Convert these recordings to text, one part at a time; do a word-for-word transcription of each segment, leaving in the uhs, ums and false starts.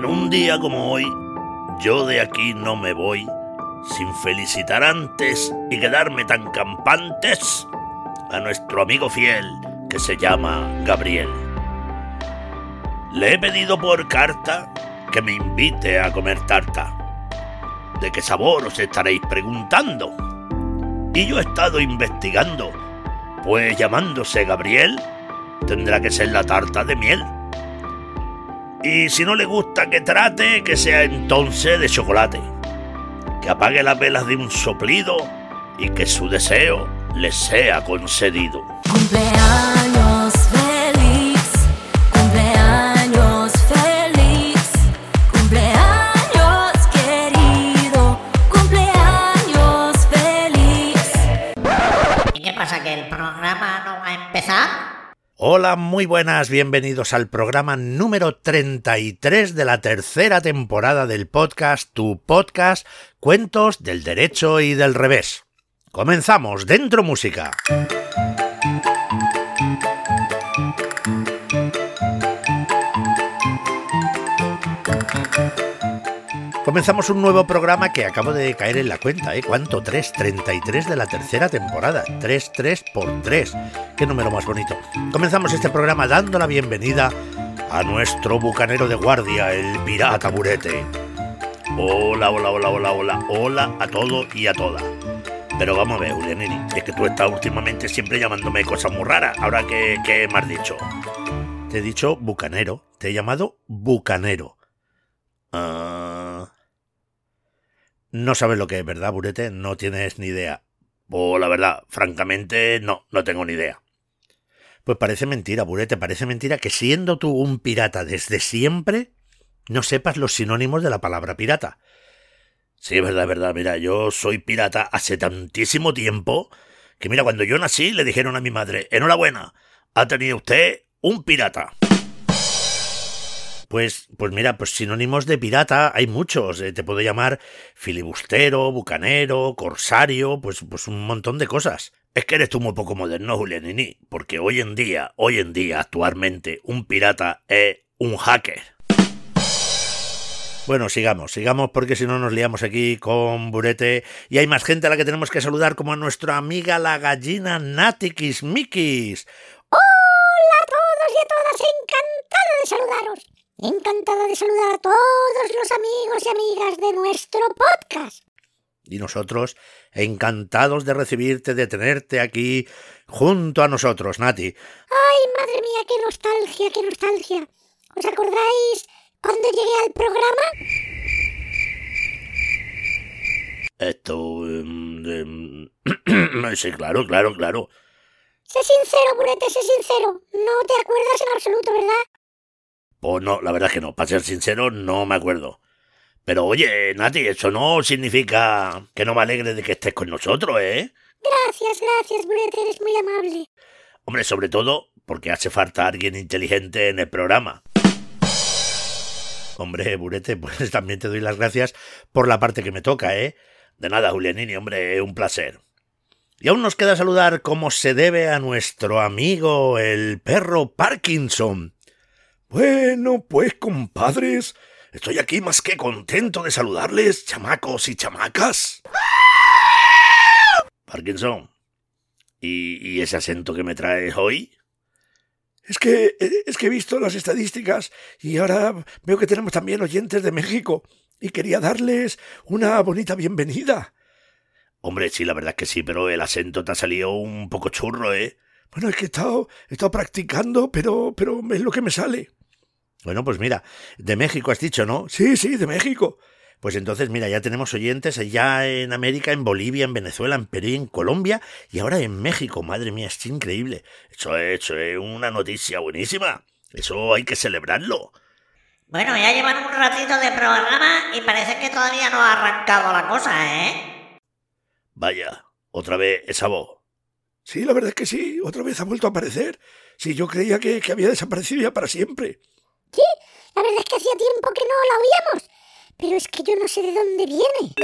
En un día como hoy, yo de aquí no me voy sin felicitar antes y quedarme tan campantes a nuestro amigo fiel que se llama Gabriel. Le he pedido por carta que me invite a comer tarta. ¿De qué sabor os estaréis preguntando? Y yo he estado investigando, pues llamándose Gabriel, tendrá que ser la tarta de miel. Y si no le gusta que trate, que sea entonces de chocolate. Que apague las velas de un soplido y que su deseo le sea concedido. Cumpleaños feliz, cumpleaños feliz, cumpleaños querido, cumpleaños feliz. ¿Y qué pasa, que el programa no va a empezar? Hola, muy buenas, bienvenidos al programa número treinta y tres de la tercera temporada del podcast, tu podcast, Cuentos del Derecho y del Revés. Comenzamos, dentro música. Comenzamos un nuevo programa que acabo de caer en la cuenta, ¿eh? ¿Cuánto? tres, treinta y tres de la tercera temporada. tres, tres por tres. Qué número más bonito. Comenzamos este programa dando la bienvenida a nuestro bucanero de guardia, el pirata Burete. Hola, hola, hola, hola, hola, hola a todos y a todas. Pero vamos a ver, Julianini, es que tú estás últimamente siempre llamándome cosas muy raras. Ahora, ¿qué, qué me has dicho? Te he dicho bucanero, te he llamado bucanero. Ah... No sabes lo que es, ¿verdad, Burete? No tienes ni idea. O la verdad, francamente, no, no tengo ni idea. Pues parece mentira, Burete, parece mentira que siendo tú un pirata desde siempre, no sepas los sinónimos de la palabra pirata. Sí, es verdad, es verdad, mira, yo soy pirata hace tantísimo tiempo que mira, cuando yo nací le dijeron a mi madre, enhorabuena, ha tenido usted un pirata. Pues, pues mira, pues sinónimos de pirata hay muchos. Eh, te puedo llamar filibustero, bucanero, corsario, pues, pues un montón de cosas. Es que eres tú muy poco moderno, Julianini, porque hoy en día, hoy en día, actualmente, un pirata es un hacker. Bueno, sigamos, sigamos porque si no nos liamos aquí con Burete y hay más gente a la que tenemos que saludar, como a nuestra amiga la gallina Natikismikis. ¡Hola a todos y a todas! ¡Encantada de saludaros! Encantada de saludar a todos los amigos y amigas de nuestro podcast. Y nosotros encantados de recibirte, de tenerte aquí junto a nosotros, Nati. ¡Ay, madre mía, qué nostalgia, qué nostalgia! ¿Os acordáis cuando llegué al programa? Esto... Um, um, sí, claro, claro, claro. Sé sincero, Burete, sé sincero. No te acuerdas en absoluto, ¿verdad? Pues no, la verdad es que no, para ser sincero, no me acuerdo. Pero oye, Nati, eso no significa que no me alegre de que estés con nosotros, ¿eh? Gracias, gracias, Burete, eres muy amable. Hombre, sobre todo porque hace falta alguien inteligente en el programa. Hombre, Burete, pues también te doy las gracias por la parte que me toca, ¿eh? De nada, Julianini, hombre, un placer. Y aún nos queda saludar como se debe a nuestro amigo el perro Parkinson. Bueno, pues, compadres, estoy aquí más que contento de saludarles, chamacos y chamacas. Parkinson, ¿y, y ese acento que me traes hoy? Es que, es que he visto las estadísticas y ahora veo que tenemos también oyentes de México y quería darles una bonita bienvenida. Hombre, sí, la verdad es que sí, pero el acento te ha salido un poco churro, ¿eh? Bueno, es que he estado, he estado practicando, pero, pero es lo que me sale. Bueno, pues mira, de México has dicho, ¿no? Sí, sí, de México. Pues entonces, mira, ya tenemos oyentes allá en América, en Bolivia, en Venezuela, en Perú, en Colombia y ahora en México. Madre mía, es increíble. Eso es, eso es una noticia buenísima. Eso hay que celebrarlo. Bueno, ya llevan un ratito de programa y parece que todavía no ha arrancado la cosa, ¿eh? Vaya, otra vez esa voz. Sí, la verdad es que sí, otra vez ha vuelto a aparecer. Sí, yo creía que, que había desaparecido ya para siempre. Sí, la verdad es que hacía tiempo que no la oíamos, pero es que yo no sé de dónde viene.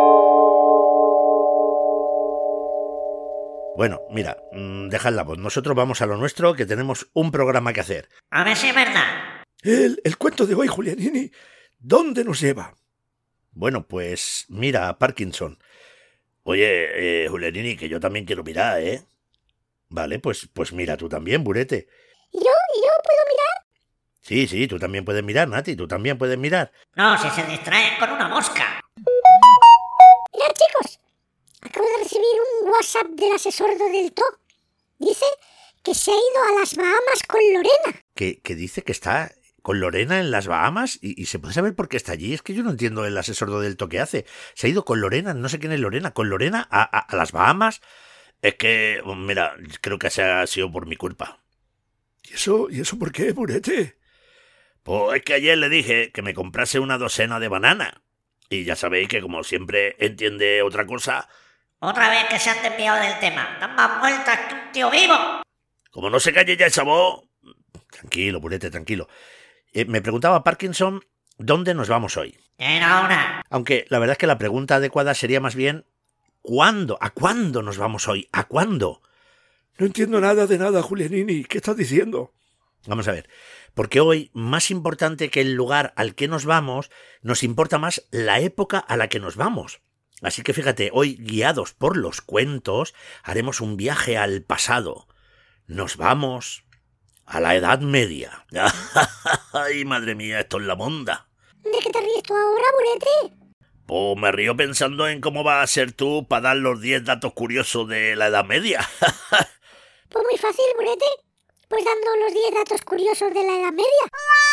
Bueno, mira, mmm, dejad la voz. Nosotros vamos a lo nuestro, que tenemos un programa que hacer. A ver si es verdad. El, el cuento de hoy, Julianini, ¿Dónde nos lleva? Bueno, pues mira, Parkinson. Oye, eh, Julianini, que yo también quiero mirar, ¿eh? Vale, pues, pues mira tú también, Burete. ¿Y yo? ¿Y yo puedo mirar? Sí, sí, tú también puedes mirar, Nati, tú también puedes mirar. No, si se distraen con una mosca. Mirad, chicos, acabo de recibir un WhatsApp del asesor de Del T O. Dice que se ha ido a las Bahamas con Lorena. Que, que dice que está con Lorena en las Bahamas y, y se puede saber por qué está allí. Es que yo no entiendo el asesor de Del T O que hace. Se ha ido con Lorena, no sé quién es Lorena, con Lorena a, a, a las Bahamas. Es que, mira, creo que se ha sido por mi culpa. ¿Y eso, ¿Y eso por qué, Burete? Pues es que ayer le dije que me comprase una docena de banana. Y ya sabéis que como siempre entiende otra cosa, Otra vez que se han desviado del tema. Dan más vueltas que un tío vivo. como no se calle ya esa voz... Tranquilo, Burete, tranquilo. Eh, me preguntaba Parkinson dónde nos vamos hoy. Era una. Aunque la verdad es que la pregunta adecuada sería más bien ¿cuándo? ¿A cuándo nos vamos hoy? ¿A cuándo? No entiendo nada de nada, Julianini. ¿Qué estás diciendo? Vamos a ver, porque hoy, más importante que el lugar al que nos vamos, nos importa más la época a la que nos vamos. Así que fíjate, hoy, guiados por los cuentos, haremos un viaje al pasado. Nos vamos a la Edad Media. ¡Ay, madre mía, esto es la monda! ¿De qué te ríes tú ahora, Burete? Pues me río pensando en cómo vas a ser tú para dar los diez datos curiosos de la Edad Media. Pues muy fácil, Burete. Pues dando los diez datos curiosos de la Edad Media.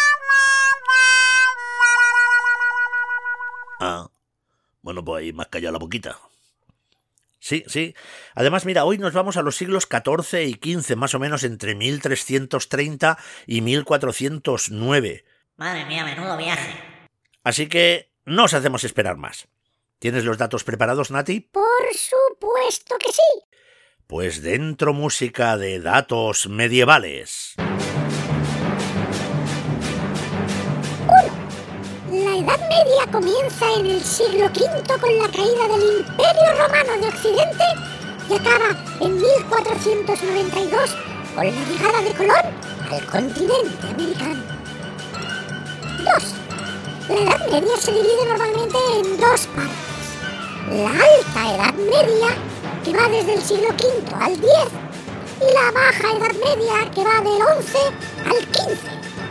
Ah, bueno, pues ahí más callado la boquita. Sí, sí. Además, mira, hoy nos vamos a los siglos catorce y quince, más o menos entre mil trescientos treinta y mil cuatrocientos nueve. Madre mía, menudo viaje. Así que no os hacemos esperar más. ¿Tienes los datos preparados, Nati? Por supuesto que sí. Pues dentro música de datos medievales. La Edad Media comienza en el siglo quinto con la caída del Imperio Romano de Occidente y acaba en mil cuatrocientos noventa y dos con la llegada de Colón al continente americano. dos. La Edad Media se divide normalmente en dos partes. La Alta Edad Media, que va desde el siglo quinto al diez, y la Baja Edad Media, que va del once al quince.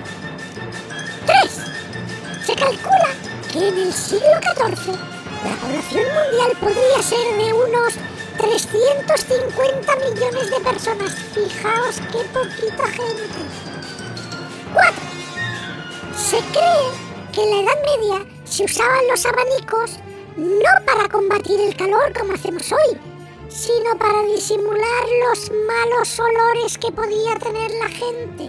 tres. Se calcula que en el siglo catorce la población mundial podría ser de unos trescientos cincuenta millones de personas. Fijaos qué poquita gente. cuatro. Se cree que en la Edad Media se usaban los abanicos no para combatir el calor como hacemos hoy, sino para disimular los malos olores que podía tener la gente.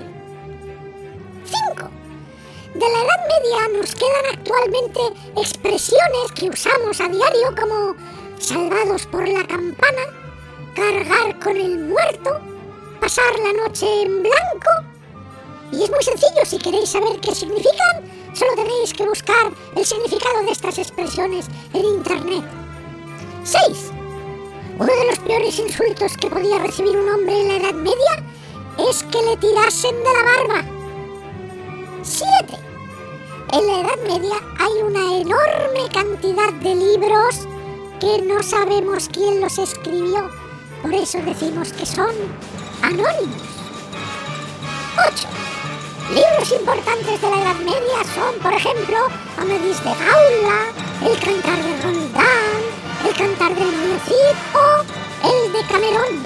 cinco. De la Edad Media nos quedan actualmente expresiones que usamos a diario como salvados por la campana, cargar con el muerto, pasar la noche en blanco. Y es muy sencillo, si queréis saber qué significan, solo tenéis que buscar el significado de estas expresiones en internet. seis. Uno de los peores insultos que podía recibir un hombre en la Edad Media es que le tirasen de la barba. siete. En la Edad Media hay una enorme cantidad de libros que no sabemos quién los escribió, por eso decimos que son anónimos. ocho. Libros importantes de la Edad Media son, por ejemplo, Amadís de Gaula, El Cantar de Roldán, El Cantar del Niño Cid o El Decamerón.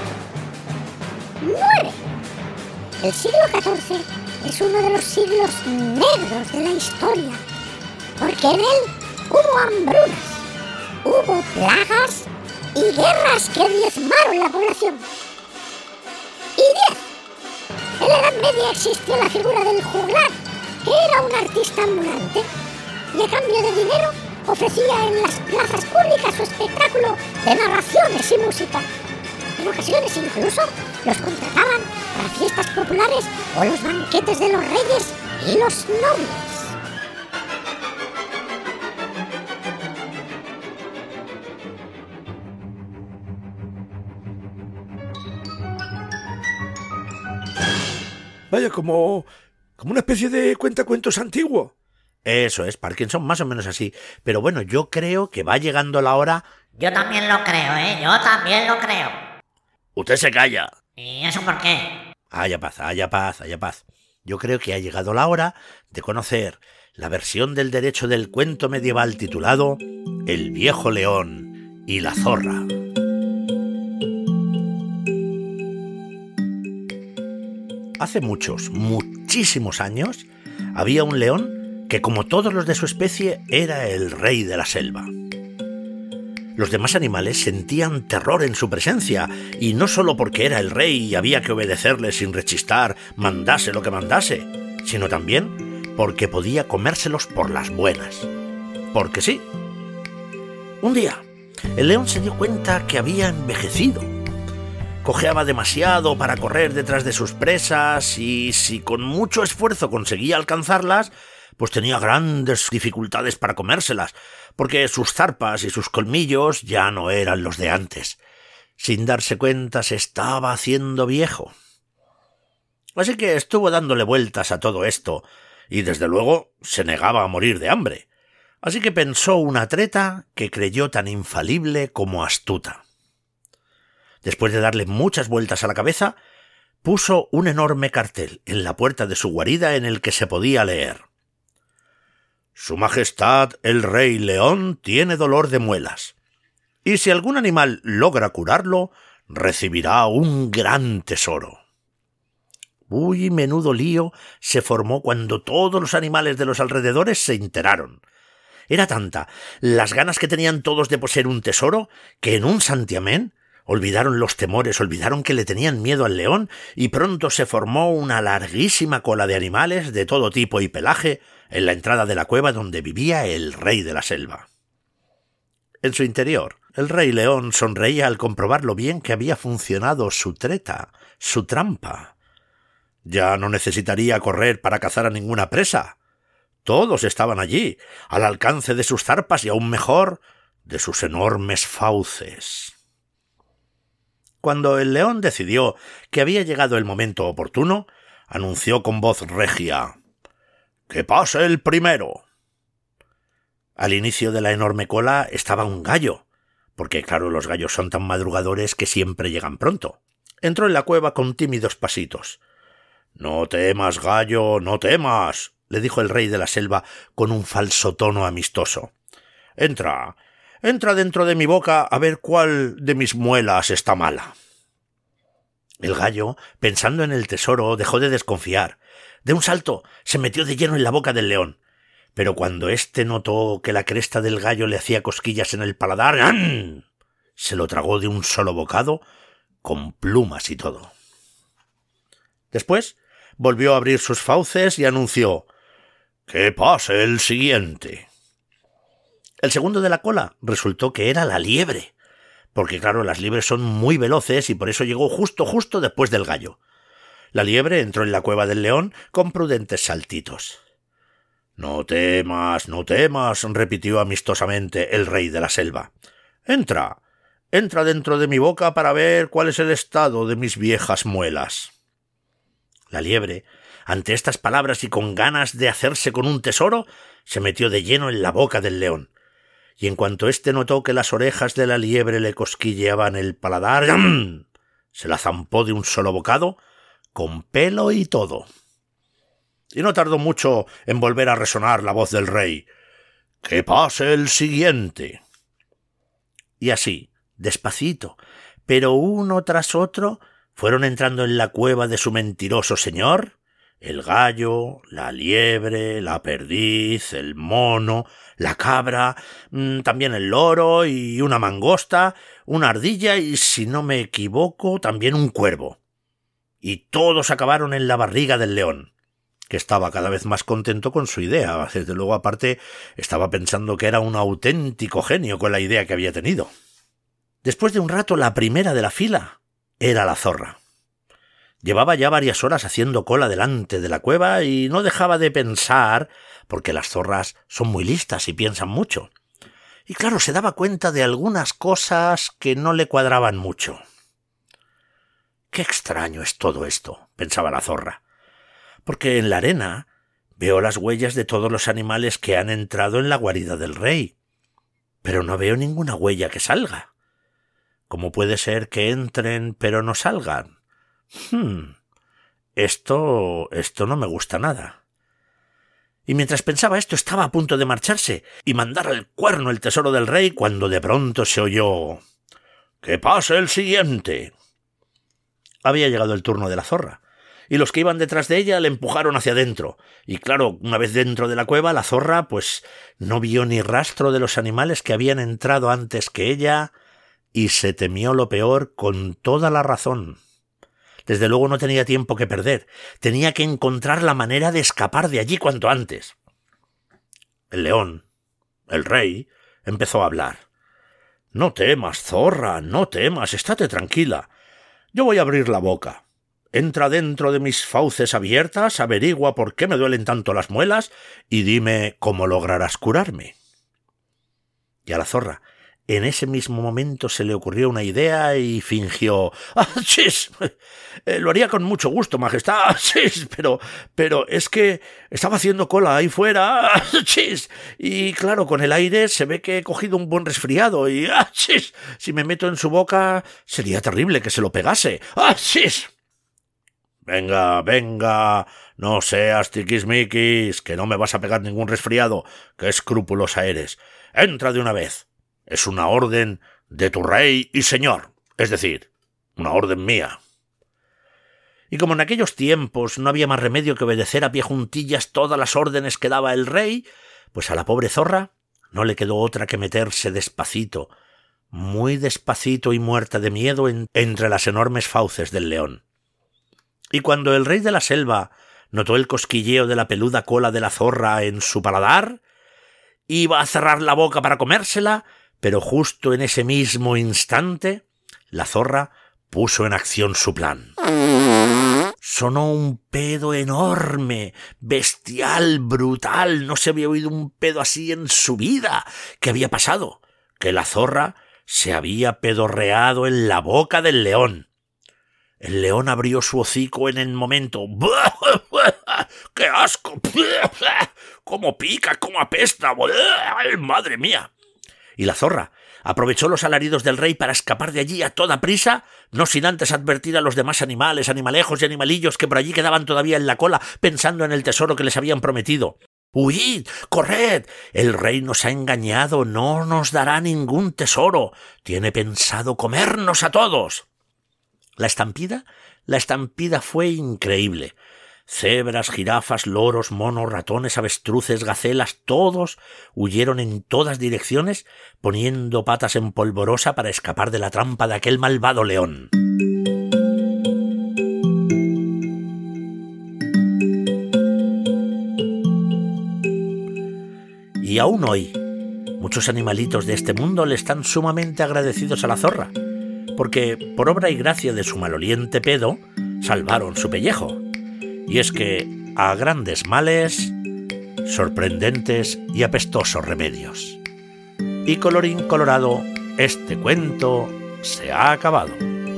nueve. El siglo catorce es uno de los siglos negros de la historia, porque en él hubo hambrunas, hubo plagas y guerras que diezmaron la población. Y diez. En la Edad Media existió la figura del juglar, que era un artista ambulante, y a cambio de dinero ofrecía en las plazas públicas su espectáculo de narraciones y música. En ocasiones incluso los contrataban para fiestas populares o los banquetes de los reyes y los nobles. Vaya, como, como una especie de cuentacuentos antiguo. Eso es, Parkinson, más o menos así. Pero bueno, yo creo que va llegando la hora... Yo también lo creo, ¿eh? Yo también lo creo. Usted se calla. ¿Y eso por qué? Haya paz, haya paz, haya paz. Yo creo que ha llegado la hora de conocer la versión del derecho del cuento medieval titulado El viejo león y la zorra. Hace muchos, muchísimos años, había un león que, como todos los de su especie, era el rey de la selva. Los demás animales sentían terror en su presencia, y no solo porque era el rey y había que obedecerle sin rechistar, mandase lo que mandase, sino también porque podía comérselos por las buenas. Porque sí. Un día, el león se dio cuenta que había envejecido. Cojeaba demasiado para correr detrás de sus presas y si con mucho esfuerzo conseguía alcanzarlas, pues tenía grandes dificultades para comérselas, porque sus zarpas y sus colmillos ya no eran los de antes. Sin darse cuenta se estaba haciendo viejo. Así que estuvo dándole vueltas a todo esto, y desde luego se negaba a morir de hambre. Así que pensó una treta que creyó tan infalible como astuta. Después de darle muchas vueltas a la cabeza, puso un enorme cartel en la puerta de su guarida en el que se podía leer: Su Majestad el Rey León tiene dolor de muelas, y si algún animal logra curarlo, recibirá un gran tesoro. Uy, menudo lío se formó cuando todos los animales de los alrededores se enteraron. Era tanta las ganas que tenían todos de poseer un tesoro que en un santiamén olvidaron los temores, olvidaron que le tenían miedo al león, y pronto se formó una larguísima cola de animales de todo tipo y pelaje en la entrada de la cueva donde vivía el rey de la selva. En su interior, el rey león sonreía al comprobar lo bien que había funcionado su treta, su trampa. Ya no necesitaría correr para cazar a ninguna presa. Todos estaban allí, al alcance de sus zarpas y aún mejor, de sus enormes fauces. Cuando el león decidió que había llegado el momento oportuno, anunció con voz regia: ¡Que pase el primero! Al inicio de la enorme cola estaba un gallo, porque claro, los gallos son tan madrugadores que siempre llegan pronto. Entró en la cueva con tímidos pasitos. «No temas, gallo, no temas», le dijo el rey de la selva con un falso tono amistoso. «Entra, entra dentro de mi boca a ver cuál de mis muelas está mala». El gallo, pensando en el tesoro, dejó de desconfiar. De un salto se metió de lleno en la boca del león. Pero cuando éste notó que la cresta del gallo le hacía cosquillas en el paladar, ¡am!, se lo tragó de un solo bocado, con plumas y todo. Después volvió a abrir sus fauces y anunció: «¡Que pase el siguiente!». El segundo de la cola resultó que era la liebre, porque claro, las liebres son muy veloces y por eso llegó justo, justo después del gallo. La liebre entró en la cueva del león con prudentes saltitos. «No temas, no temas», repitió amistosamente el rey de la selva. «Entra, entra dentro de mi boca para ver cuál es el estado de mis viejas muelas». La liebre, ante estas palabras y con ganas de hacerse con un tesoro, se metió de lleno en la boca del león. Y en cuanto éste notó que las orejas de la liebre le cosquilleaban el paladar, ¡am!, se la zampó de un solo bocado, con pelo y todo. Y no tardó mucho en volver a resonar la voz del rey: «¡Que pase el siguiente!». Y así, despacito, pero uno tras otro, fueron entrando en la cueva de su mentiroso señor el gallo, la liebre, la perdiz, el mono, la cabra, también el loro y una mangosta, una ardilla y, si no me equivoco, también un cuervo. Y todos acabaron en la barriga del león, que estaba cada vez más contento con su idea. Desde luego, aparte, estaba pensando que era un auténtico genio con la idea que había tenido. Después de un rato, la primera de la fila era la zorra. Llevaba ya varias horas haciendo cola delante de la cueva y no dejaba de pensar, porque las zorras son muy listas y piensan mucho. Y claro, se daba cuenta de algunas cosas que no le cuadraban mucho. «Qué extraño es todo esto», pensaba la zorra, «porque en la arena Veo las huellas de todos los animales que han entrado en la guarida del rey, pero no veo ninguna huella que salga. ¿Cómo puede ser que entren pero no salgan? Hmm, esto, esto no me gusta nada. Y mientras pensaba esto, estaba a punto de marcharse y mandar al cuerno el tesoro del rey cuando de pronto se oyó: ¡Que pase el siguiente! Había llegado el turno de la zorra, y los que iban detrás de ella le empujaron hacia adentro. Y claro, una vez dentro de la cueva, la zorra pues no vio ni rastro de los animales que habían entrado antes que ella, y se temió lo peor con toda la razón. Desde luego no tenía tiempo que perder. Tenía que encontrar la manera de escapar de allí cuanto antes. El león, el rey, empezó a hablar. «No temas, zorra, no temas, estate tranquila. Yo voy a abrir la boca. Entra dentro de mis fauces abiertas, averigua por qué me duelen tanto las muelas y dime cómo lograrás curarme». Y a la zorra, en ese mismo momento se le ocurrió una idea y fingió: «¡Ah, chis! Eh, lo haría con mucho gusto, majestad, ¡ah, chis! Pero, pero es que estaba haciendo cola ahí fuera, ¡ah, chis! Y claro, con el aire se ve que he cogido un buen resfriado y, ¡ah, chis! Si me meto en su boca sería terrible que se lo pegase, ¡ah, chis!». «Venga, venga, no seas tiquismiquis, que no me vas a pegar ningún resfriado, qué escrupulosa eres. Entra de una vez. Es una orden de tu rey y señor, es decir, una orden mía». Y como en aquellos tiempos no había más remedio que obedecer a pie juntillas todas las órdenes que daba el rey, pues a la pobre zorra no le quedó otra que meterse despacito, muy despacito y muerta de miedo en, entre las enormes fauces del león. Y cuando el rey de la selva notó el cosquilleo de la peluda cola de la zorra en su paladar, iba a cerrar la boca para comérsela, pero justo en ese mismo instante la zorra puso en acción su plan. Sonó un pedo enorme, bestial, brutal. No se había oído un pedo así en su vida. ¿Qué había pasado? Que la zorra se había pedorreado en la boca del león. El león abrió su hocico en el momento. ¡Qué asco! ¡Cómo pica! ¡Cómo apesta! ¡Madre mía! Y la zorra aprovechó los alaridos del rey para escapar de allí a toda prisa, no sin antes advertir a los demás animales, animalejos y animalillos que por allí quedaban todavía en la cola, pensando en el tesoro que les habían prometido. «¡Huid! ¡Corred! El rey nos ha engañado, no nos dará ningún tesoro. Tiene pensado comernos a todos». La estampida, la estampida fue increíble. Cebras, jirafas, loros, monos, ratones, avestruces, gacelas, todos huyeron en todas direcciones, poniendo patas en polvorosa para escapar de la trampa de aquel malvado león. Y aún hoy, muchos animalitos de este mundo le están sumamente agradecidos a la zorra, porque, por obra y gracia de su maloliente pedo, salvaron su pellejo. Y es que, a grandes males, sorprendentes y apestosos remedios. Y colorín colorado, este cuento se ha acabado.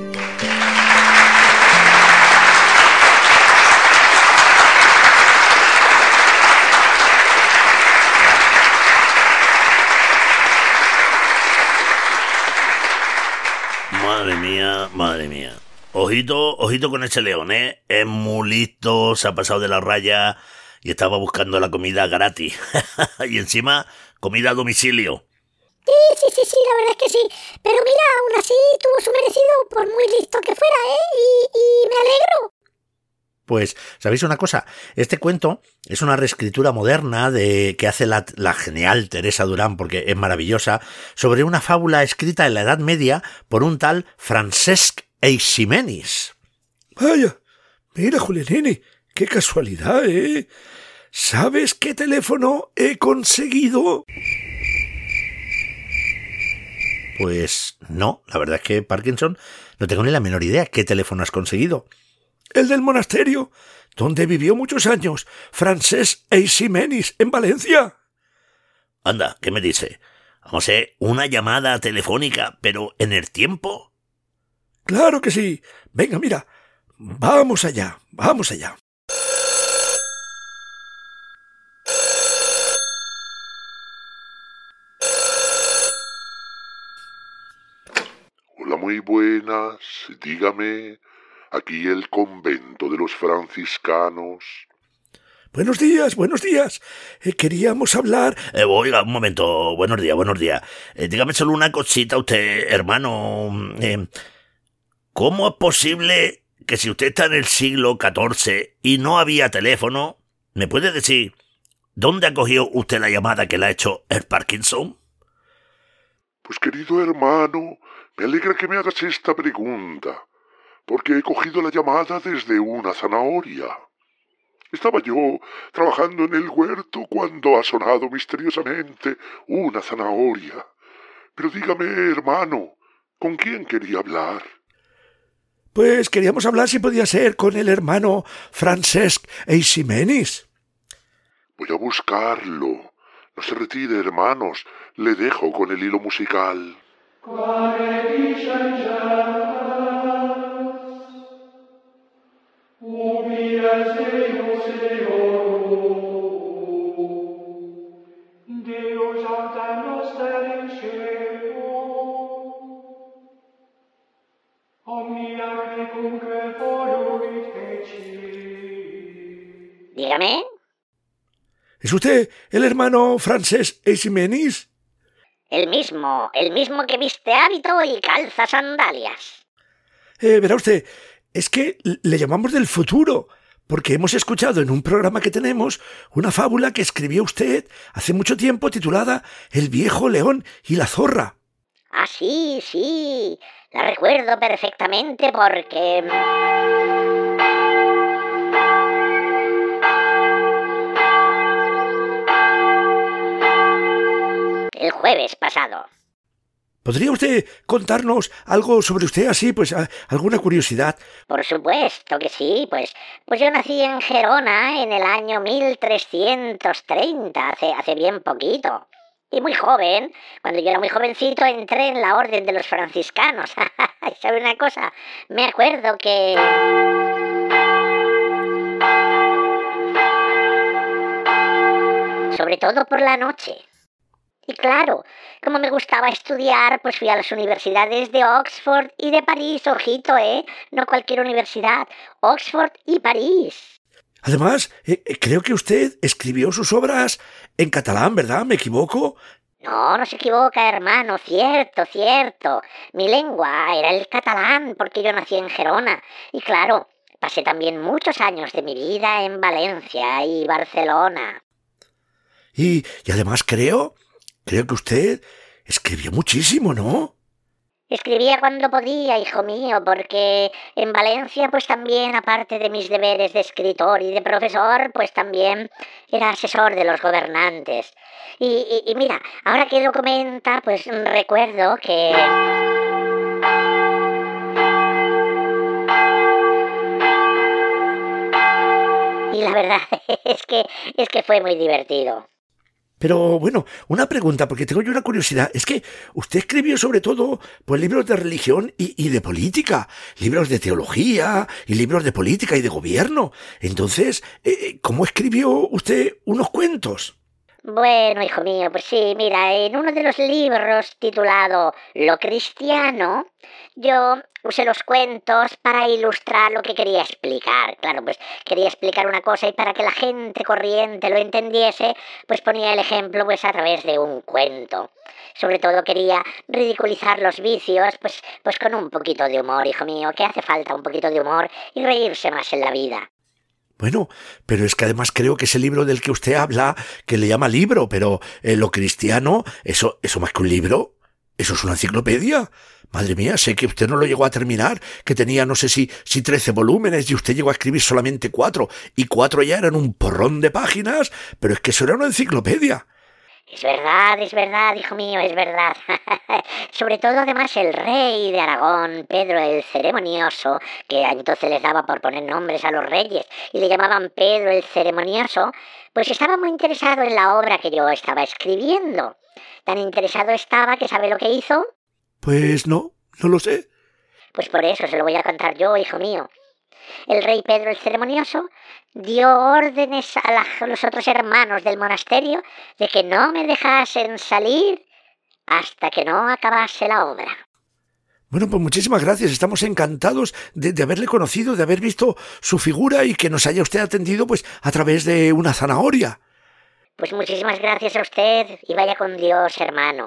Madre mía, madre mía. Ojito, ojito con ese león, ¿eh? Es muy listo, se ha pasado de la raya y estaba buscando la comida gratis. Y encima, comida a domicilio. Sí, sí, sí, sí, la verdad es que sí. Pero mira, aún así tuvo su merecido por muy listo que fuera, ¿eh? Y, y me alegro. Pues, ¿sabéis una cosa? Este cuento es una reescritura moderna de que hace la, la genial Teresa Durán, porque es maravillosa, sobre una fábula escrita en la Edad Media por un tal Francesc Eiximenis. Vaya, mira, Julianini, qué casualidad, ¿eh? ¿Sabes qué teléfono he conseguido? Pues no, la verdad es que, Parkinson, no tengo ni la menor idea qué teléfono has conseguido. El del monasterio, donde vivió muchos años, Francesc Eiximenis, en Valencia. Anda, ¿qué me dice? Vamos a hacer una llamada telefónica, pero en el tiempo. Claro que sí. Venga, mira, vamos allá, vamos allá. muy buenas. Dígame, aquí el convento de los franciscanos. Buenos días, buenos días. Eh, queríamos hablar... Eh, oiga, un momento. Buenos días, buenos días. Eh, dígame solo una cosita usted, hermano. Eh, ¿Cómo es posible que si usted está en el siglo catorce y no había teléfono, me puede decir dónde ha cogido usted la llamada que le ha hecho el Parkinson? Pues querido hermano, me alegra que me hagas esta pregunta, porque he cogido la llamada desde una zanahoria. Estaba yo trabajando en el huerto cuando ha sonado misteriosamente una zanahoria. Pero dígame, hermano, ¿con quién quería hablar? Pues queríamos hablar si podía ser con el hermano Francesc Eiximenis. Voy a buscarlo. No se retire, hermanos. Le dejo con el hilo musical. Dígame. ¿Es usted el hermano Francesc Eiximenis? El mismo, el mismo que viste hábito y calza sandalias. Eh, verá usted, es que le llamamos del futuro, porque hemos escuchado en un programa que tenemos una fábula que escribió usted hace mucho tiempo titulada El viejo león y la zorra. Ah, sí, sí, la recuerdo perfectamente porque... el jueves pasado. ¿Podría usted contarnos algo sobre usted así, pues a, alguna curiosidad? Por supuesto que sí, pues, pues yo nací en Gerona en el año mil trescientos treinta, hace, hace bien poquito. Y muy joven, cuando yo era muy jovencito, entré en la orden de los franciscanos. ¿Sabe una cosa? Me acuerdo que... sobre todo por la noche. Y claro, como me gustaba estudiar, pues fui a las universidades de Oxford y de París. Ojito, ¿eh? No cualquier universidad. Oxford y París. Además, eh, creo que usted escribió sus obras en catalán, ¿verdad? ¿Me equivoco? No, no se equivoca, hermano. Cierto, cierto. Mi lengua era el catalán porque yo nací en Gerona. Y claro, pasé también muchos años de mi vida en Valencia y Barcelona. Y, y además creo... Creo que usted escribió muchísimo, ¿no? Escribía cuando podía, hijo mío, porque en Valencia, pues también, aparte de mis deberes de escritor y de profesor, pues también era asesor de los gobernantes. Y, y, y mira, ahora que lo comenta, pues recuerdo que... y la verdad es que, es que fue muy divertido. Pero bueno, una pregunta, porque tengo yo una curiosidad. Es que usted escribió sobre todo pues libros de religión y, y de política, libros de teología y libros de política y de gobierno. Entonces, eh, ¿cómo escribió usted unos cuentos? Bueno, hijo mío, pues sí, mira, en uno de los libros titulado Lo Cristiano, yo usé los cuentos para ilustrar lo que quería explicar. Claro, pues quería explicar una cosa y para que la gente corriente lo entendiese, pues ponía el ejemplo pues a través de un cuento. Sobre todo quería ridiculizar los vicios, pues, pues con un poquito de humor, hijo mío, que hace falta un poquito de humor y reírse más en la vida. Bueno, pero es que además creo que ese libro del que usted habla, que le llama libro, pero eh, Lo Cristiano, eso, eso más que un libro, eso es una enciclopedia. Madre mía, sé que usted no lo llegó a terminar, que tenía no sé si, si trece volúmenes y usted llegó a escribir solamente cuatro, y cuatro ya eran un porrón de páginas, pero es que eso era una enciclopedia. Es verdad, es verdad, hijo mío, es verdad. Sobre todo, además, el rey de Aragón, Pedro el Ceremonioso, que entonces les daba por poner nombres a los reyes y le llamaban Pedro el Ceremonioso, pues estaba muy interesado en la obra que yo estaba escribiendo. Tan interesado estaba que ¿sabe lo que hizo? Pues no, no lo sé. Pues por eso se lo voy a contar yo, hijo mío. El rey Pedro el Ceremonioso dio órdenes a, la, a los otros hermanos del monasterio de que no me dejasen salir hasta que no acabase la obra. Bueno, pues muchísimas gracias. Estamos encantados de, de haberle conocido, de haber visto su figura y que nos haya usted atendido pues a través de una zanahoria. Pues muchísimas gracias a usted y vaya con Dios, hermano.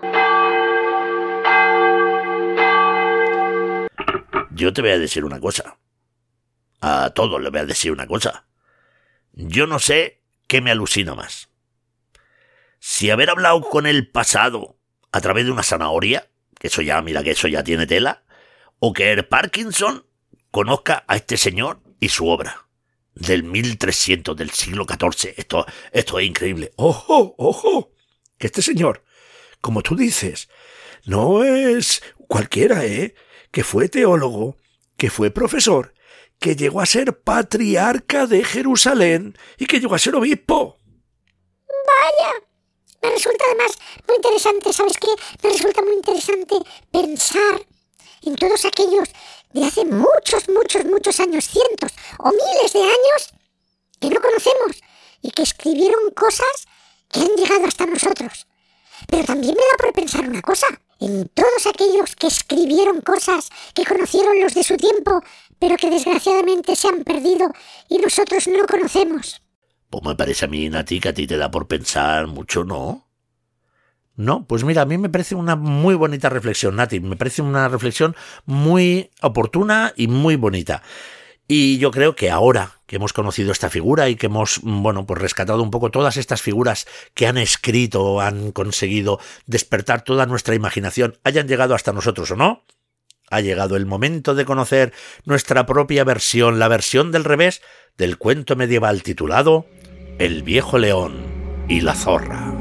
Yo te voy a decir una cosa. A todos le voy a decir una cosa. Yo no sé qué me alucina más. Si haber hablado con el pasado a través de una zanahoria, que eso ya, mira que eso ya tiene tela, o que el Parkinson conozca a este señor y su obra del mil trescientos del siglo catorce. Esto, esto es increíble. ¡Ojo, ojo! Que este señor, como tú dices, no es cualquiera, ¿eh? Que fue teólogo, que fue profesor, que llegó a ser patriarca de Jerusalén y que llegó a ser obispo. Vaya, me resulta además muy interesante, ¿sabes qué? Me resulta muy interesante pensar en todos aquellos de hace muchos, muchos, muchos años, cientos o miles de años que no conocemos y que escribieron cosas que han llegado hasta nosotros. Pero también me da por pensar una cosa, en todos aquellos que escribieron cosas que conocieron los de su tiempo, pero que desgraciadamente se han perdido y nosotros no conocemos. Pues me parece a mí, Nati, que a ti te da por pensar mucho, ¿no? No, pues mira, a mí me parece una muy bonita reflexión, Nati. Me parece una reflexión muy oportuna y muy bonita. Y yo creo que ahora que hemos conocido esta figura y que hemos, bueno, pues rescatado un poco todas estas figuras que han escrito, han conseguido despertar toda nuestra imaginación, hayan llegado hasta nosotros o no, ha llegado el momento de conocer nuestra propia versión, la versión del revés del cuento medieval titulado El viejo león y la zorra.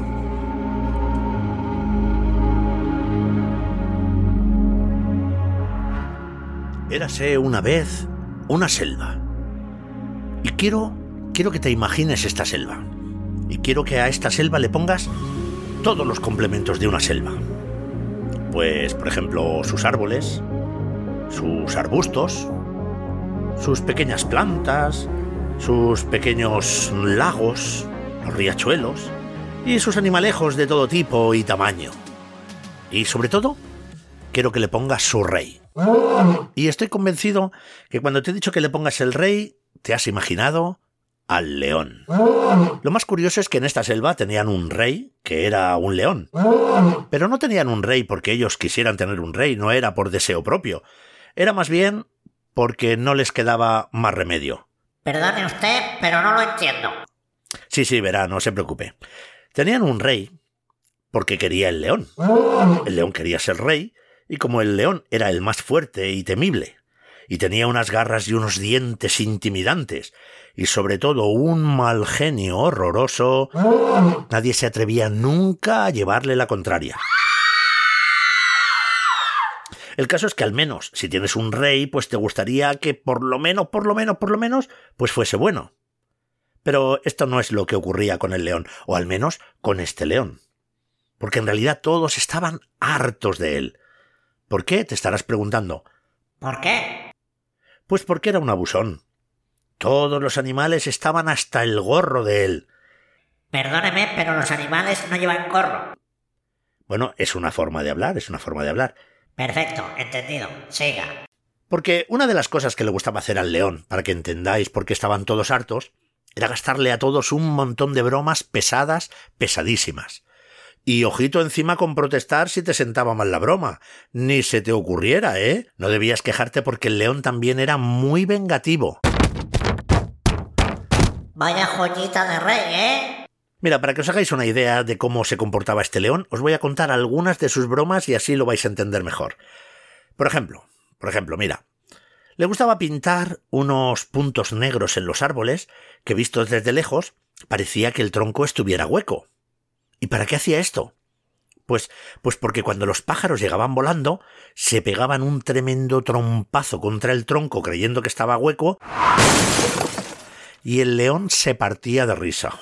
Érase una vez una selva. Y quiero, quiero que te imagines esta selva. Y quiero que a esta selva le pongas todos los complementos de una selva. Pues, por ejemplo, sus árboles, sus arbustos, sus pequeñas plantas, sus pequeños lagos, los riachuelos y sus animalejos de todo tipo y tamaño. Y sobre todo, quiero que le pongas su rey. Y estoy convencido que cuando te he dicho que le pongas el rey, te has imaginado al león. Lo más curioso es que en esta selva tenían un rey, que era un león. Pero no tenían un rey porque ellos quisieran tener un rey, no era por deseo propio. Era más bien porque no les quedaba más remedio. Perdone usted, pero no lo entiendo. Sí, sí, verá, no se preocupe. Tenían un rey porque quería el león. El león quería ser rey, y como el león era el más fuerte y temible, y tenía unas garras y unos dientes intimidantes, y sobre todo un mal genio horroroso, nadie se atrevía nunca a llevarle la contraria. El caso es que al menos, si tienes un rey, pues te gustaría que por lo menos, por lo menos, por lo menos, pues fuese bueno. Pero esto no es lo que ocurría con el león, o al menos con este león. Porque en realidad todos estaban hartos de él. ¿Por qué? Te estarás preguntando. ¿Por qué? Pues porque era un abusón. Todos los animales estaban hasta el gorro de él. Perdóneme, pero los animales no llevan gorro. Bueno, es una forma de hablar, es una forma de hablar. Perfecto, entendido. Siga. Porque una de las cosas que le gustaba hacer al león, para que entendáis por qué estaban todos hartos, era gastarle a todos un montón de bromas pesadas, pesadísimas. Y ojito encima con protestar si te sentaba mal la broma. Ni se te ocurriera, ¿eh? No debías quejarte porque el león también era muy vengativo. Vaya joyita de rey, ¿eh? Mira, para que os hagáis una idea de cómo se comportaba este león, os voy a contar algunas de sus bromas y así lo vais a entender mejor. Por ejemplo, por ejemplo, mira. Le gustaba pintar unos puntos negros en los árboles que, vistos desde lejos, parecía que el tronco estuviera hueco. ¿Y para qué hacía esto? Pues, pues porque cuando los pájaros llegaban volando, se pegaban un tremendo trompazo contra el tronco creyendo que estaba hueco y el león se partía de risa.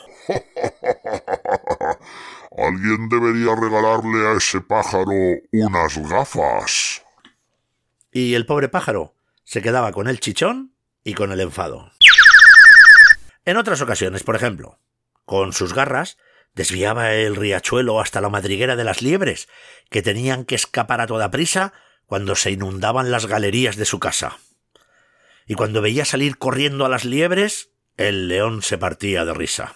Alguien debería regalarle a ese pájaro unas gafas. Y el pobre pájaro se quedaba con el chichón y con el enfado. En otras ocasiones, por ejemplo, con sus garras, desviaba el riachuelo hasta la madriguera de las liebres, que tenían que escapar a toda prisa cuando se inundaban las galerías de su casa. Y cuando veía salir corriendo a las liebres, el león se partía de risa.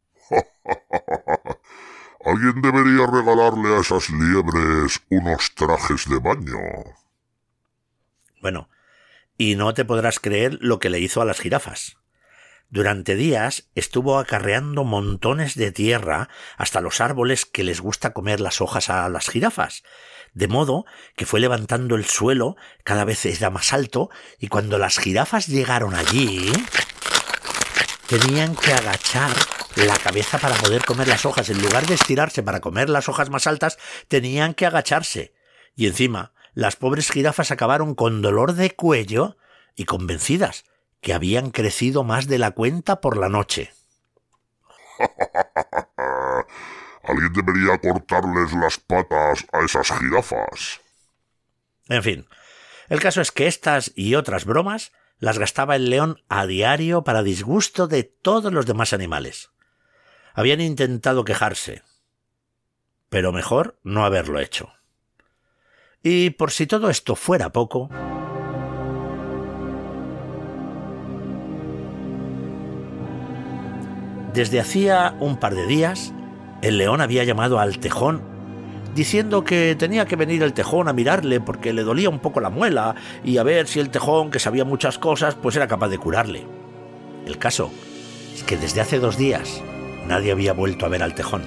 Alguien debería regalarle a esas liebres unos trajes de baño. Bueno, y no te podrás creer lo que le hizo a las jirafas. Durante días estuvo acarreando montones de tierra hasta los árboles que les gusta comer las hojas a las jirafas, de modo que fue levantando el suelo, cada vez era más alto, y cuando las jirafas llegaron allí, tenían que agachar la cabeza para poder comer las hojas. En lugar de estirarse para comer las hojas más altas, tenían que agacharse. Y encima, las pobres jirafas acabaron con dolor de cuello y convencidas que habían crecido más de la cuenta por la noche. Alguien debería cortarles las patas a esas jirafas. En fin, el caso es que estas y otras bromas las gastaba el león a diario para disgusto de todos los demás animales. Habían intentado quejarse, pero mejor no haberlo hecho. Y por si todo esto fuera poco, desde hacía un par de días, el león había llamado al tejón, diciendo que tenía que venir el tejón a mirarle porque le dolía un poco la muela y a ver si el tejón, que sabía muchas cosas, pues era capaz de curarle. El caso es que desde hace dos días nadie había vuelto a ver al tejón.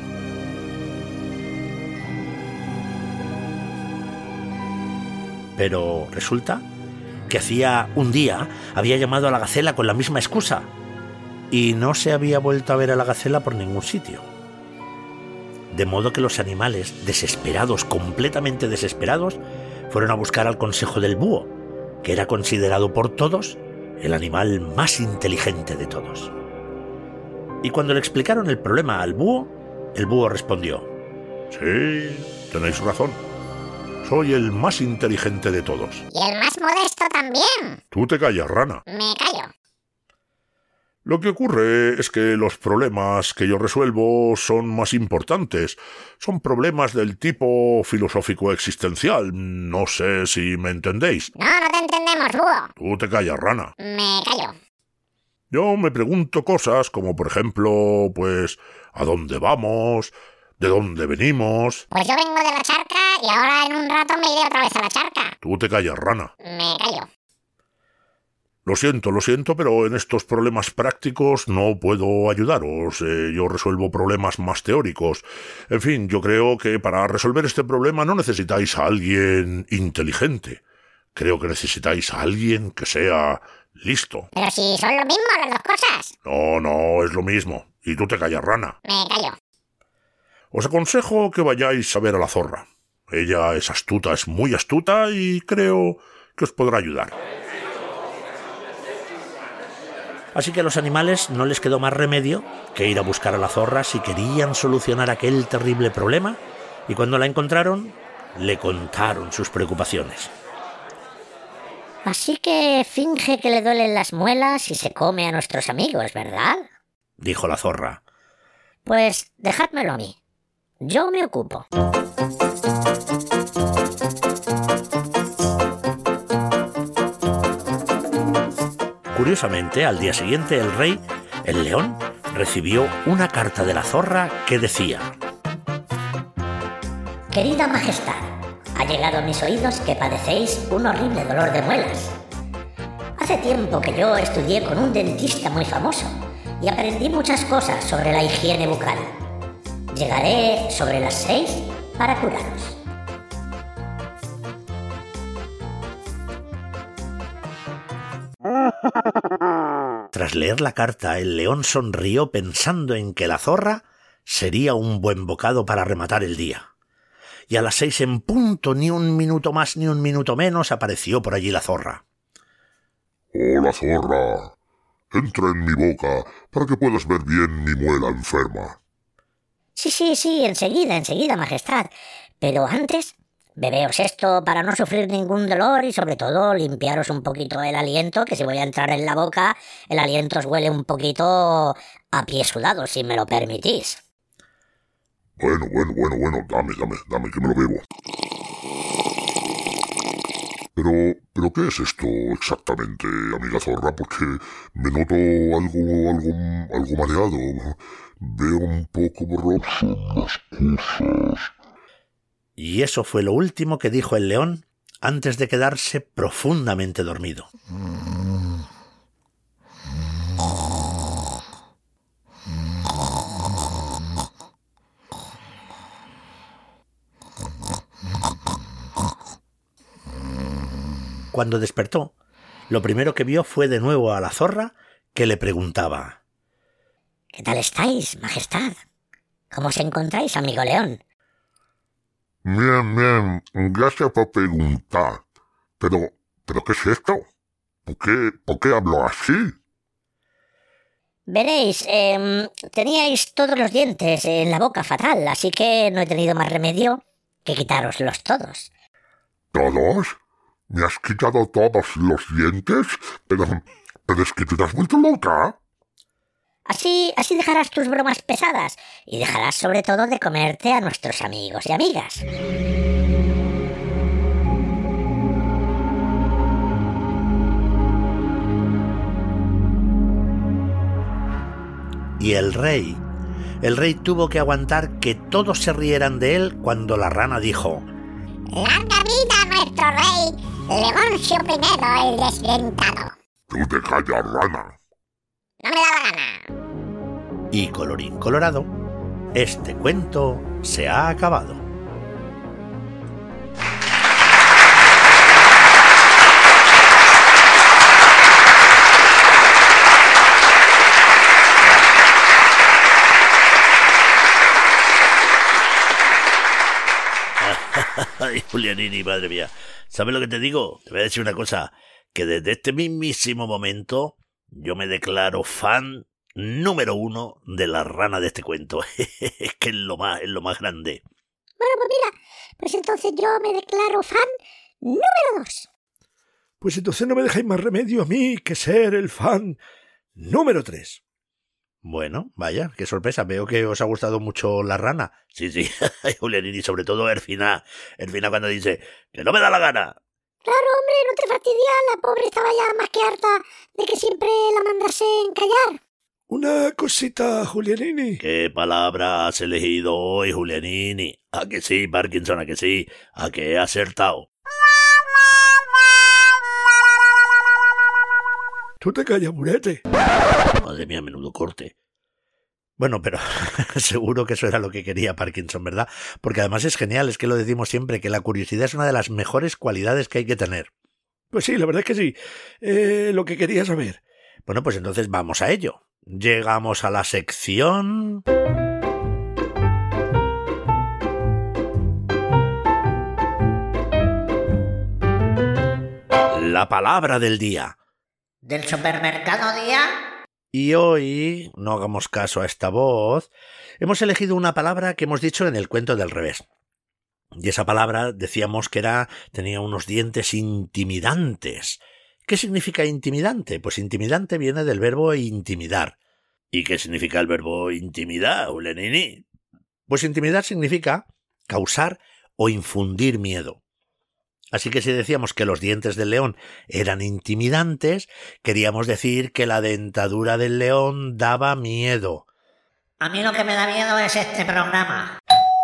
Pero resulta que hacía un día había llamado a la gacela con la misma excusa y no se había vuelto a ver a la gacela por ningún sitio. De modo que los animales, desesperados, completamente desesperados, fueron a buscar al consejo del búho, que era considerado por todos el animal más inteligente de todos. Y cuando le explicaron el problema al búho, el búho respondió: Sí, tenéis razón. Soy el más inteligente de todos. Y el más modesto también. Tú te callas, rana. Me callo. Lo que ocurre es que los problemas que yo resuelvo son más importantes. Son problemas del tipo filosófico existencial. No sé si me entendéis. No, no te entendemos, búho. Tú te callas, rana. Me callo. Yo me pregunto cosas como, por ejemplo, pues, ¿a dónde vamos? ¿De dónde venimos? Pues yo vengo de la charca y ahora en un rato me iré otra vez a la charca. Tú te callas, rana. Me callo. Lo siento, lo siento, pero en estos problemas prácticos no puedo ayudaros. Eh, yo resuelvo problemas más teóricos. En fin, yo creo que para resolver este problema no necesitáis a alguien inteligente. Creo que necesitáis a alguien que sea listo. Pero si son lo mismo las dos cosas. No, no, es lo mismo. Y tú te callas, rana. Me callo. Os aconsejo que vayáis a ver a la zorra. Ella es astuta, es muy astuta y creo que os podrá ayudar. Así que a los animales no les quedó más remedio que ir a buscar a la zorra si querían solucionar aquel terrible problema, y cuando la encontraron, le contaron sus preocupaciones. Así que finge que le duelen las muelas y se come a nuestros amigos, ¿verdad? Dijo la zorra. Pues dejádmelo a mí. Yo me ocupo. Curiosamente, al día siguiente el rey, el león, recibió una carta de la zorra que decía: Querida majestad, ha llegado a mis oídos que padecéis un horrible dolor de muelas. Hace tiempo que yo estudié con un dentista muy famoso y aprendí muchas cosas sobre la higiene bucal. Llegaré sobre las seis para curaros. Tras leer la carta, el león sonrió pensando en que la zorra sería un buen bocado para rematar el día. Y a las seis en punto, ni un minuto más ni un minuto menos, apareció por allí la zorra. Hola, zorra. Entra en mi boca para que puedas ver bien mi muela enferma. Sí, sí, sí, enseguida, enseguida, majestad. Pero antes, bebeos esto para no sufrir ningún dolor y sobre todo limpiaros un poquito el aliento, que si voy a entrar en la boca, el aliento os huele un poquito a pie sudado, si me lo permitís. Bueno, bueno, bueno, bueno, dame, dame, dame, que me lo bebo. Pero, ¿pero qué es esto exactamente, amiga zorra? Porque me noto algo, algo, algo mareado. Veo un poco borroso las cosas. Y eso fue lo último que dijo el león antes de quedarse profundamente dormido. Cuando despertó, lo primero que vio fue de nuevo a la zorra, que le preguntaba: ¿Qué tal estáis, majestad? ¿Cómo os encontráis, amigo león? Bien, bien, gracias por preguntar. Pero, ¿pero qué es esto? ¿Por qué, por qué hablo así? Veréis, eh, teníais todos los dientes en la boca fatal, así que no he tenido más remedio que quitároslos todos. ¿Todos? ¿Me has quitado todos los dientes? Pero, pero es que te has vuelto loca. Así, así dejarás tus bromas pesadas y dejarás sobre todo de comerte a nuestros amigos y amigas. Y el rey, el rey tuvo que aguantar que todos se rieran de él cuando la rana dijo: ¡Larga vida a nuestro rey, Leoncio primero el desdentado! Tú te callas, rana. No me da la gana. Y colorín colorado, este cuento se ha acabado. Ay, Julianini, madre mía. ¿Sabes lo que te digo? Te voy a decir una cosa, que desde este mismísimo momento yo me declaro fan número uno de la rana de este cuento. Es que es lo más, es lo más grande. Bueno, pues mira, pues entonces yo me declaro fan número dos. Pues entonces no me dejáis más remedio a mí que ser el fan número tres. Bueno, vaya, qué sorpresa. Veo que os ha gustado mucho la rana. Sí, sí, Julianini, sobre todo Erfina. Erfina cuando dice que no me da la gana. Claro, hombre, no te fastidias, la pobre estaba ya más que harta de que siempre la mandasen callar. Una cosita, Julianini. ¿Qué palabra has elegido hoy, Julianini? ¿A que sí, Parkinson? ¿A que sí? ¿A que he acertado? Tú te callas, burete. Madre mía, menudo corte. Bueno, pero seguro que eso era lo que quería Parkinson, ¿verdad? Porque además es genial, es que lo decimos siempre, que la curiosidad es una de las mejores cualidades que hay que tener. Pues sí, la verdad es que sí. Eh, lo que quería saber. Bueno, pues entonces vamos a ello. Llegamos a la sección... La palabra del día. ¿Del supermercado día? Y hoy, no hagamos caso a esta voz, hemos elegido una palabra que hemos dicho en el cuento del revés. Y esa palabra decíamos que era, tenía unos dientes intimidantes. ¿Qué significa intimidante? Pues intimidante viene del verbo intimidar. ¿Y qué significa el verbo intimidar, Ulenini? Pues intimidar significa causar o infundir miedo. Así que si decíamos que los dientes del león eran intimidantes, queríamos decir que la dentadura del león daba miedo. A mí lo que me da miedo es este programa.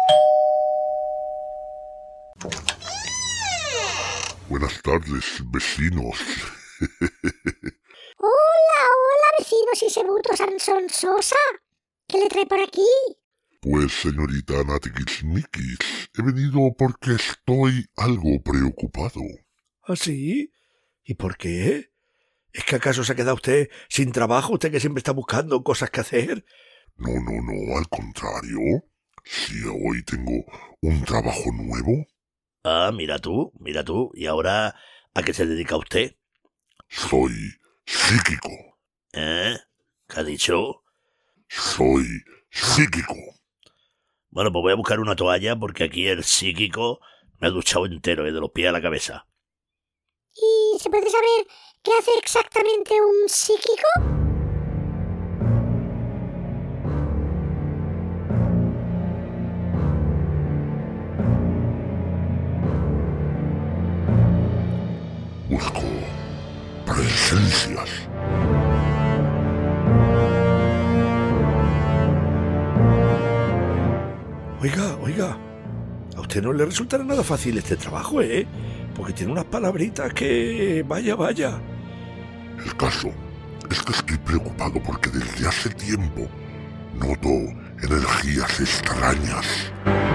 Buenas tardes, vecinos. Hola, hola, vecinos y sebutos Sansón Sosa. ¿Qué le trae por aquí? Pues, señorita Natikismikis, he venido porque estoy algo preocupado. ¿Ah, sí? ¿Y por qué? ¿Es que acaso se ha quedado usted sin trabajo, usted que siempre está buscando cosas que hacer? No, no, no, al contrario. Si hoy tengo un trabajo nuevo. Ah, mira tú, mira tú. ¿Y ahora a qué se dedica usted? Soy psíquico. ¿Eh? ¿Qué ha dicho? Soy psíquico. Bueno, pues voy a buscar una toalla porque aquí el psíquico me ha duchado entero, ¿eh? De los pies a la cabeza. ¿Y se puede saber qué hace exactamente un psíquico? Busco presencias. Oiga, oiga, a usted no le resultará nada fácil este trabajo, ¿eh? Porque tiene unas palabritas que... vaya, vaya. El caso es que estoy preocupado porque desde hace tiempo noto energías extrañas.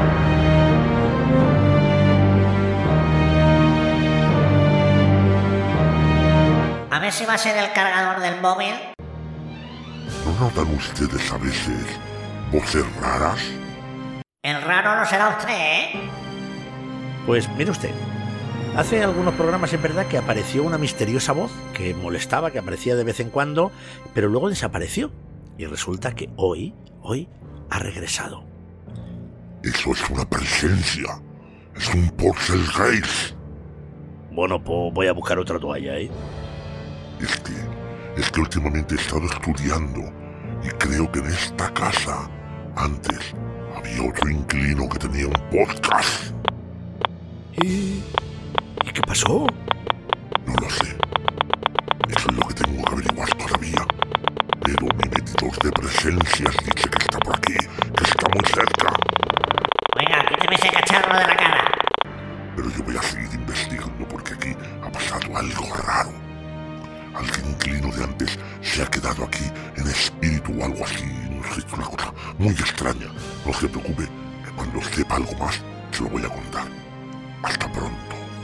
A ver si va a ser el cargador del móvil. ¿No notan ustedes a veces voces raras? El raro no será usted, ¿eh? Pues mire usted, hace algunos programas es verdad que apareció una misteriosa voz que molestaba, que aparecía de vez en cuando, pero luego desapareció. Y resulta que hoy, hoy, ha regresado. Eso es una presencia. Es un poltergeist. Bueno, pues voy a buscar otra toalla, ¿eh? Es que, es que últimamente he estado estudiando y creo que en esta casa, antes, había otro inquilino que tenía un podcast. ¿Y, ¿y qué pasó? No lo sé. Eso es lo que tengo que averiguar todavía. Pero mi medidor de presencias dice que está por aquí, que está muy cerca. Oiga, quíteme ese cacharro de la cara. Pero yo voy a seguir investigando porque aquí ha pasado algo raro. Algún inquilino de antes se ha quedado aquí en espíritu o algo así. No sé, es una cosa muy extraña. No se preocupe, que cuando sepa algo más, se lo voy a contar. Hasta pronto.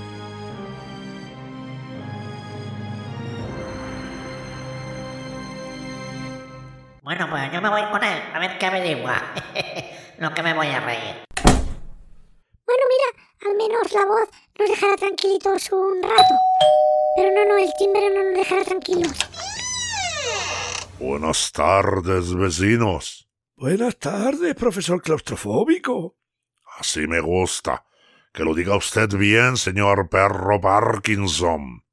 Bueno, pues yo me voy con él, a ver qué averigua. Lo que me voy a reír. Bueno, mira, al menos la voz nos dejará tranquilitos un rato. Pero no, no, el timbre no nos dejará tranquilos. Buenas tardes, vecinos. Buenas tardes, profesor claustrofóbico. Así me gusta. Que lo diga usted bien, señor perro Parkinson.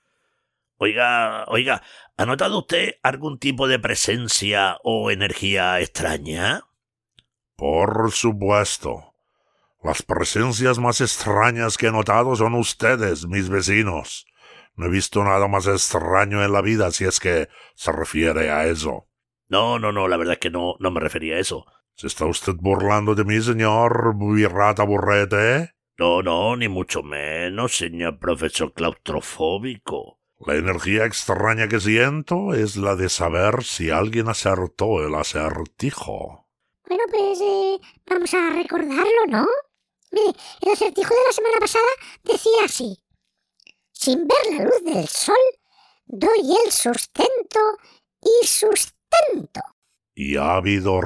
Oiga, oiga, ¿ha notado usted algún tipo de presencia o energía extraña? Por supuesto. Las presencias más extrañas que he notado son ustedes, mis vecinos. No he visto nada más extraño en la vida si es que se refiere a eso. No, no, no, la verdad es que no, no me refería a eso. ¿Se está usted burlando de mí, señor birrata burrete? No, no, ni mucho menos, señor profesor claustrofóbico. La energía extraña que siento es la de saber si alguien acertó el acertijo. Bueno, pues eh, vamos a recordarlo, ¿no? Mire, el acertijo de la semana pasada decía así. Sin ver la luz del sol, doy el sustento y sustento. ¿Y ha habido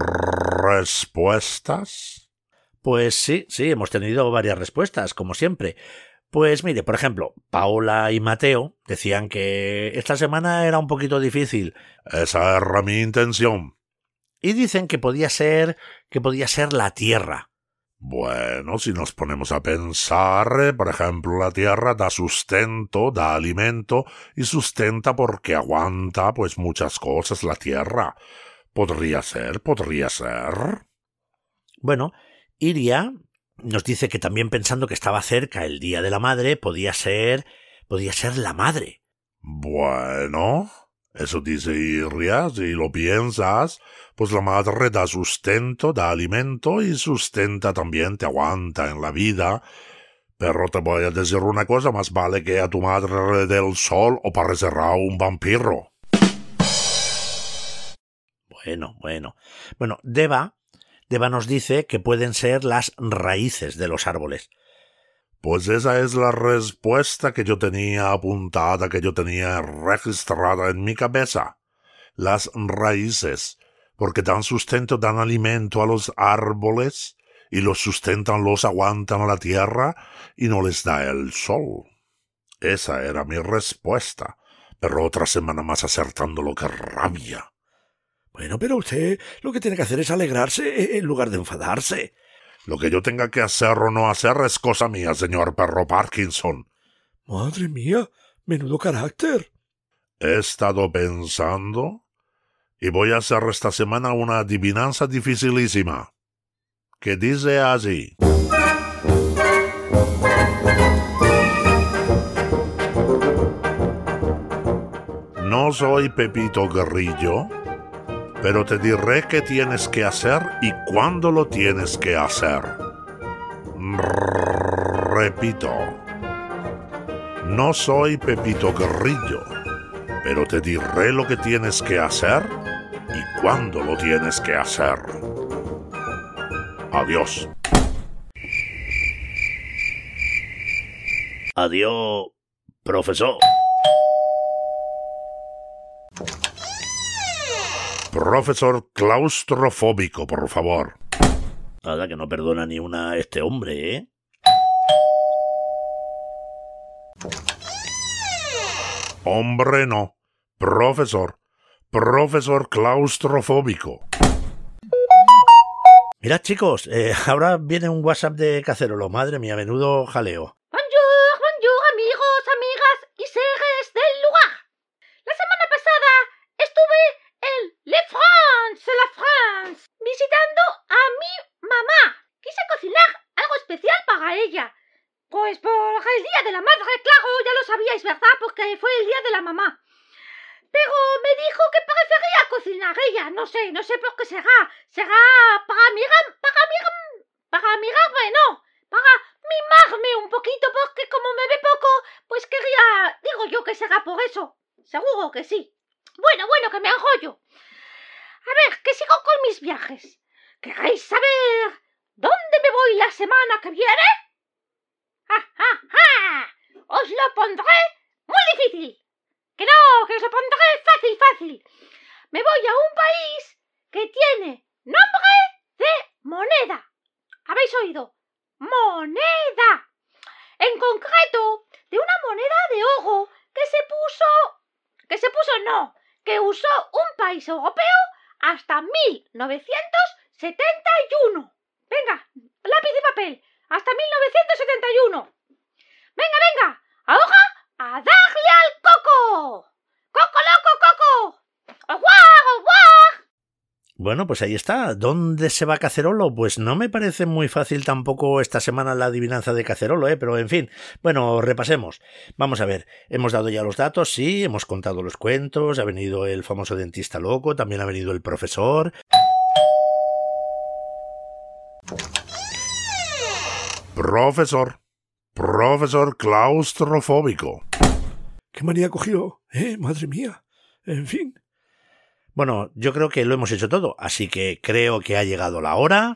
respuestas? Pues sí, sí, hemos tenido varias respuestas, como siempre. Pues mire, por ejemplo, Paola y Mateo decían que esta semana era un poquito difícil. Esa era mi intención. Y dicen que podía ser, que podía ser la Tierra. Bueno, si nos ponemos a pensar, por ejemplo, la Tierra da sustento, da alimento y sustenta porque aguanta, pues, muchas cosas la Tierra. Podría ser, podría ser. Bueno, Iria nos dice que también pensando que estaba cerca el Día de la Madre, podía ser, podía ser la Madre. Bueno, eso dice Iria, si lo piensas, pues la madre da sustento, da alimento y sustenta también, te aguanta en la vida. Pero te voy a decir una cosa, más vale que a tu madre le dé el sol o parecerá un vampiro. Bueno, bueno. Bueno, Deva, Deva nos dice que pueden ser las raíces de los árboles. Pues esa es la respuesta que yo tenía apuntada, que yo tenía registrada en mi cabeza. Las raíces, porque dan sustento, dan alimento a los árboles, y los sustentan, los aguantan a la tierra, y no les da el sol. Esa era mi respuesta, pero otra semana más acertándolo, que rabia. Bueno, pero usted lo que tiene que hacer es alegrarse en lugar de enfadarse. Lo que yo tenga que hacer o no hacer es cosa mía, señor perro Parkinson. Madre mía, menudo carácter. He estado pensando y voy a hacer esta semana una adivinanza dificilísima, que dice así. No soy Pepito Grillo, pero te diré qué tienes que hacer y cuándo lo tienes que hacer. Repito, no soy Pepito Grillo, pero te diré lo que tienes que hacer y cuándo lo tienes que hacer. Adiós. Adiós, profesor. Profesor claustrofóbico, por favor. Nada, que no perdona ni una este hombre, ¿eh? Hombre, no. Profesor. Profesor claustrofóbico. Mirad, chicos, eh, ahora viene un WhatsApp de Cacerolo. Madre mía, menudo jaleo. Bonjour, bonjour, amigos, amigas y seres del lugar. La semana pasada estuve en Le France, la France, visitando a mi mamá. Quise cocinar algo especial para ella. Pues por el Día de la Madre, claro, ya lo sabíais, ¿verdad? Porque fue el Día de la Mamá. Pero me dijo que prefería cocinar ella. No sé, no sé por qué será. Será para mirar, para mirar, para mirarme, no. Para mimarme un poquito, porque como me ve poco, pues quería, digo yo que será por eso. Seguro que sí. Bueno, bueno, que me enrollo. A ver, que sigo con mis viajes. ¿Queréis saber dónde me voy la semana que viene? ¡Ja, ja, ja! Os lo pondré muy difícil. Que no, que os lo pondré fácil, fácil. Me voy a un país que tiene nombre de moneda. ¿Habéis oído? Moneda. En concreto, de una moneda de oro que se puso... Que se puso no, que usó un país europeo hasta mil novecientos setenta y uno. Venga, lápiz y papel. Hasta mil novecientos setenta y uno. Venga, venga. Ahora a darle al coco. ¡Coco, loco, coco! ¡Au revoir, au revoir! Bueno, pues ahí está. ¿Dónde se va Cacerolo? Pues no me parece muy fácil tampoco esta semana la adivinanza de Cacerolo, ¿eh? Pero en fin, bueno, repasemos. Vamos a ver, hemos dado ya los datos, sí, hemos contado los cuentos, ha venido el famoso dentista loco, también ha venido el profesor. Profesor. Profesor claustrofóbico. ¿Qué manía cogió? ¿Eh? Madre mía. En fin. Bueno, yo creo que lo hemos hecho todo, así que creo que ha llegado la hora.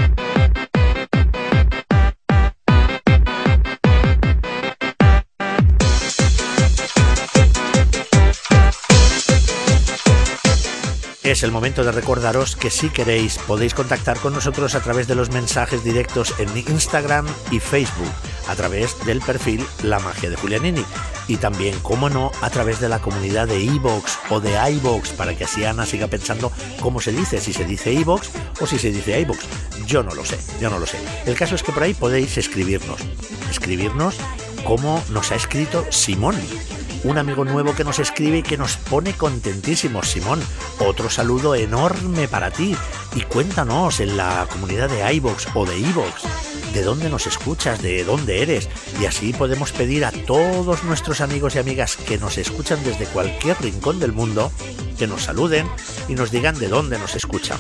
Es el momento de recordaros que si queréis podéis contactar con nosotros a través de los mensajes directos en Instagram y Facebook, a través del perfil La Magia de Julianini y también, como no, a través de la comunidad de iVoox o de iVoox, para que así Ana siga pensando cómo se dice, si se dice iVoox o si se dice iVoox. Yo no lo sé, yo no lo sé. El caso es que por ahí podéis escribirnos, escribirnos como nos ha escrito Simón. Un amigo nuevo que nos escribe y que nos pone contentísimos. Simón, otro saludo enorme para ti. Y cuéntanos en la comunidad de iVoox o de iVoox de dónde nos escuchas, de dónde eres. Y así podemos pedir a todos nuestros amigos y amigas que nos escuchan desde cualquier rincón del mundo que nos saluden y nos digan de dónde nos escuchan.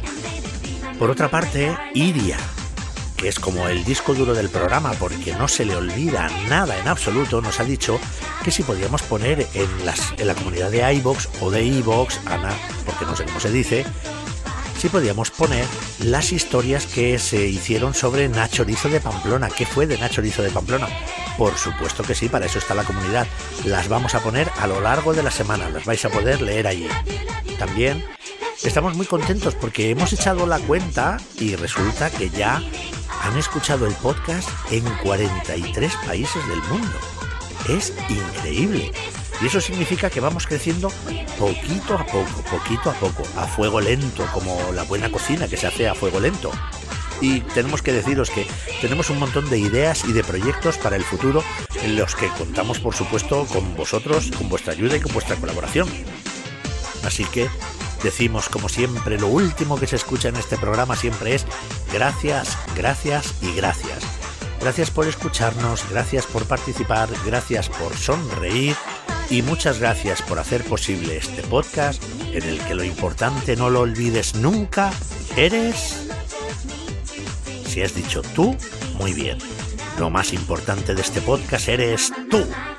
Por otra parte, Iria, que es como el disco duro del programa porque no se le olvida nada en absoluto, nos ha dicho que si podíamos poner en, las, en la comunidad de iVoox o de iVoox, Ana, porque no sé cómo se dice, si podíamos poner las historias que se hicieron sobre Nacho Rizo de Pamplona. ¿Qué fue de Nacho Rizo de Pamplona? Por supuesto que sí, para eso está la comunidad. Las vamos a poner a lo largo de la semana, las vais a poder leer allí. También estamos muy contentos porque hemos echado la cuenta y resulta que ya han escuchado el podcast en cuarenta y tres países del mundo. Es increíble. Y eso significa que vamos creciendo poquito a poco, poquito a poco, a fuego lento, como la buena cocina que se hace a fuego lento. Y tenemos que deciros que tenemos un montón de ideas y de proyectos para el futuro en los que contamos, por supuesto, con vosotros, con vuestra ayuda y con vuestra colaboración. Así que decimos, como siempre, lo último que se escucha en este programa siempre es gracias, gracias y gracias. Gracias por escucharnos, gracias por participar, gracias por sonreír Y muchas gracias por hacer posible este podcast en el que lo importante, no lo olvides nunca, eres... Si has dicho tú, muy bien. Lo más importante de este podcast eres tú.